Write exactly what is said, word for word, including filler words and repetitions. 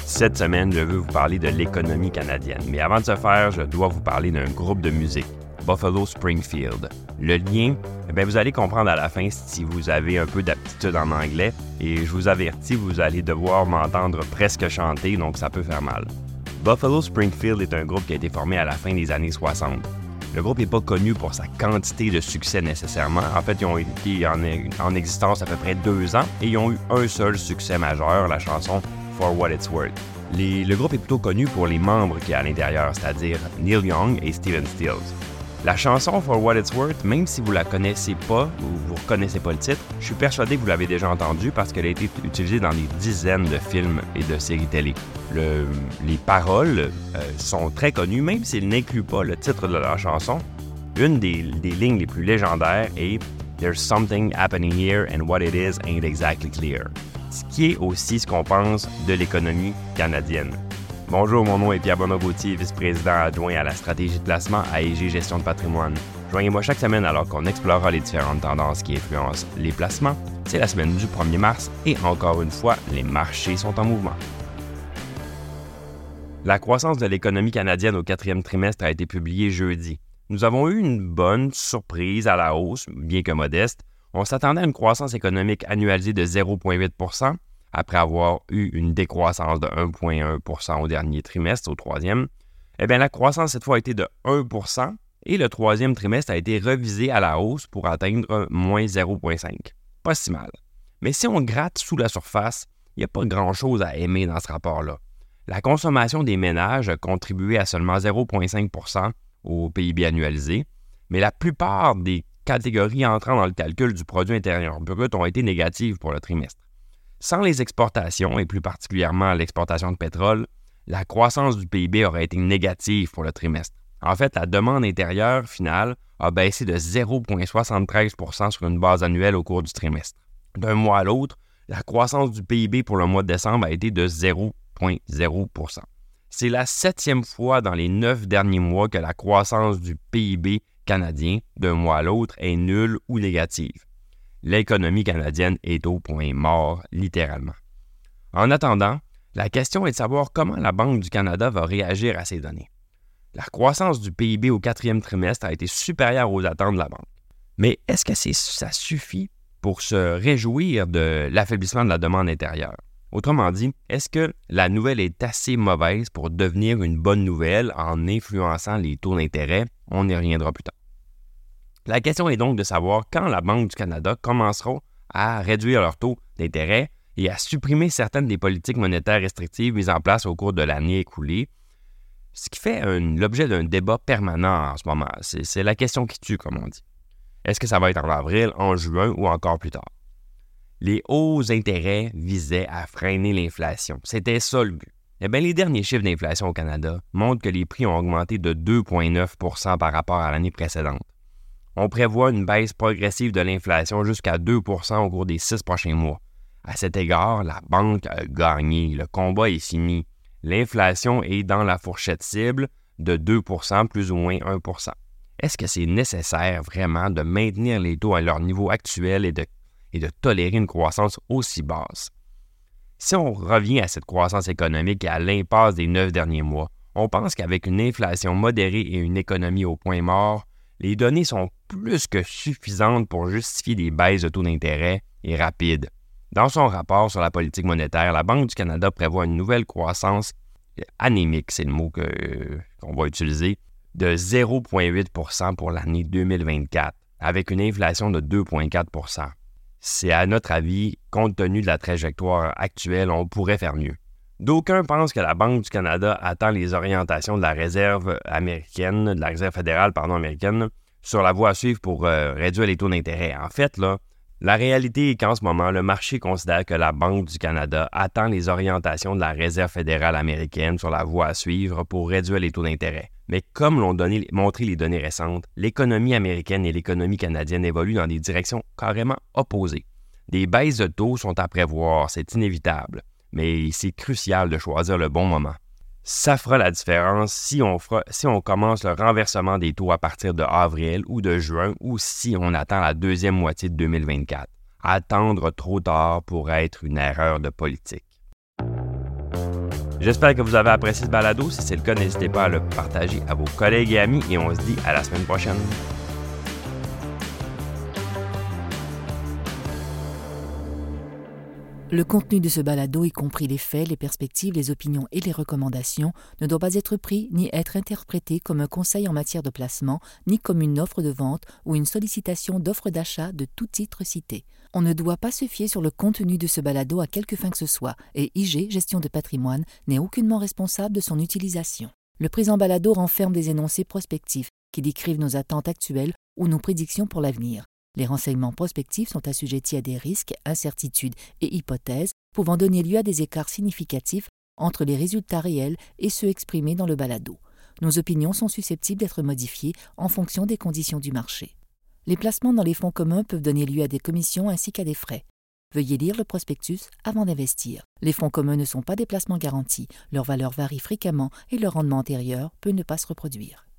Cette semaine, je veux vous parler de l'économie canadienne. Mais avant de ce faire, je dois vous parler d'un groupe de musique, Buffalo Springfield. Le lien, eh bien, vous allez comprendre à la fin si vous avez un peu d'aptitude en anglais. Et je vous avertis, vous allez devoir m'entendre presque chanter, donc ça peut faire mal. Buffalo Springfield est un groupe qui a été formé à la fin des années soixante. Le groupe n'est pas connu pour sa quantité de succès nécessairement. En fait, ils ont été en, en existence à peu près deux ans et ils ont eu un seul succès majeur, la chanson For What It's Worth. Les, le groupe est plutôt connu pour les membres qu'il y a à l'intérieur, c'est-à-dire Neil Young et Stephen Stills. La chanson For What It's Worth, même si vous la connaissez pas ou vous ne reconnaissez pas le titre, je suis persuadé que vous l'avez déjà entendue parce qu'elle a été utilisée dans des dizaines de films et de séries télé. Le, les paroles euh, sont très connues, même s'ils n'incluent pas le titre de la chanson. Une des, des lignes les plus légendaires est « There's something happening here and what it is ain't exactly clear », ce qui est aussi ce qu'on pense de l'économie canadienne. Bonjour, mon nom est Pierre Bonneau-Gauthier, vice-président adjoint à la stratégie de placement à A E G Gestion de patrimoine. Joignez-moi chaque semaine alors qu'on explorera les différentes tendances qui influencent les placements. C'est la semaine du premier mars et encore une fois, les marchés sont en mouvement. La croissance de l'économie canadienne au quatrième trimestre a été publiée jeudi. Nous avons eu une bonne surprise à la hausse, bien que modeste. On s'attendait à une croissance économique annualisée de zéro virgule huit pour cent après avoir eu une décroissance de un virgule un pour cent au dernier trimestre, au troisième. Eh bien, la croissance cette fois a été de un pour cent et le troisième trimestre a été revisé à la hausse pour atteindre moins zéro virgule cinq. Pas si mal. Mais si on gratte sous la surface, il n'y a pas grand-chose à aimer dans ce rapport-là. La consommation des ménages a contribué à seulement zéro virgule cinq pour cent au P I B annualisé, mais la plupart des catégories entrant dans le calcul du produit intérieur brut ont été négatives pour le trimestre. Sans les exportations, et plus particulièrement l'exportation de pétrole, la croissance du P I B aurait été négative pour le trimestre. En fait, la demande intérieure finale a baissé de zéro virgule soixante-treize pour cent sur une base annuelle au cours du trimestre. D'un mois à l'autre, la croissance du P I B pour le mois de décembre a été de zéro virgule zéro pour cent. C'est la septième fois dans les neuf derniers mois que la croissance du P I B canadien d'un mois à l'autre est nulle ou négative. L'économie canadienne est au point mort, littéralement. En attendant, la question est de savoir comment la Banque du Canada va réagir à ces données. La croissance du P I B au quatrième trimestre a été supérieure aux attentes de la Banque. Mais est-ce que c'est, ça suffit pour se réjouir de l'affaiblissement de la demande intérieure? Autrement dit, est-ce que la nouvelle est assez mauvaise pour devenir une bonne nouvelle en influençant les taux d'intérêt? On y reviendra plus tard. La question est donc de savoir quand la Banque du Canada commencera à réduire leurs taux d'intérêt et à supprimer certaines des politiques monétaires restrictives mises en place au cours de l'année écoulée, ce qui fait un, l'objet d'un débat permanent en ce moment. C'est, c'est la question qui tue, comme on dit. Est-ce que ça va être en avril, en juin ou encore plus tard? Les hauts intérêts visaient à freiner l'inflation. C'était ça le but. Eh bien, les derniers chiffres d'inflation au Canada montrent que les prix ont augmenté de deux virgule neuf pour cent par rapport à l'année précédente. On prévoit une baisse progressive de l'inflation jusqu'à deux pour cent au cours des six prochains mois. À cet égard, la banque a gagné. Le combat est fini. L'inflation est dans la fourchette cible de deux pour cent plus ou moins un pour cent. Est-ce que c'est nécessaire vraiment de maintenir les taux à leur niveau actuel et de, et de tolérer une croissance aussi basse? Si on revient à cette croissance économique et à l'impasse des neuf derniers mois, on pense qu'avec une inflation modérée et une économie au point mort, les données sont plus que suffisantes pour justifier des baisses de taux d'intérêt et rapides. Dans son rapport sur la politique monétaire, la Banque du Canada prévoit une nouvelle croissance anémique, c'est le mot que, euh, qu'on va utiliser, de zéro virgule huit pour cent pour l'année deux mille vingt-quatre, avec une inflation de deux virgule quatre pour cent. C'est à notre avis, compte tenu de la trajectoire actuelle, on pourrait faire mieux. D'aucuns pensent que la Banque du Canada attend les orientations de la Réserve américaine, de la Réserve fédérale, pardon, américaine, sur la voie à suivre pour euh, réduire les taux d'intérêt. En fait, là, la réalité est qu'en ce moment, le marché considère que la Banque du Canada attend les orientations de la Réserve fédérale américaine sur la voie à suivre pour réduire les taux d'intérêt. Mais comme l'ont donné, montré les données récentes, l'économie américaine et l'économie canadienne évoluent dans des directions carrément opposées. Des baisses de taux sont à prévoir, c'est inévitable. Mais c'est crucial de choisir le bon moment. Ça fera la différence si on, fera, si on commence le renversement des taux à partir de avril ou de juin ou si on attend la deuxième moitié de deux mille vingt-quatre. Attendre trop tard pourrait être une erreur de politique. J'espère que vous avez apprécié ce balado. Si c'est le cas, n'hésitez pas à le partager à vos collègues et amis et on se dit à la semaine prochaine. Le contenu de ce balado, y compris les faits, les perspectives, les opinions et les recommandations, ne doit pas être pris ni être interprété comme un conseil en matière de placement, ni comme une offre de vente ou une sollicitation d'offre d'achat de tout titre cité. On ne doit pas se fier sur le contenu de ce balado à quelque fin que ce soit, et I G, Gestion de patrimoine, n'est aucunement responsable de son utilisation. Le présent balado renferme des énoncés prospectifs qui décrivent nos attentes actuelles ou nos prédictions pour l'avenir. Les renseignements prospectifs sont assujettis à des risques, incertitudes et hypothèses pouvant donner lieu à des écarts significatifs entre les résultats réels et ceux exprimés dans le balado. Nos opinions sont susceptibles d'être modifiées en fonction des conditions du marché. Les placements dans les fonds communs peuvent donner lieu à des commissions ainsi qu'à des frais. Veuillez lire le prospectus avant d'investir. Les fonds communs ne sont pas des placements garantis, leur valeur varie fréquemment et leur rendement antérieur peut ne pas se reproduire.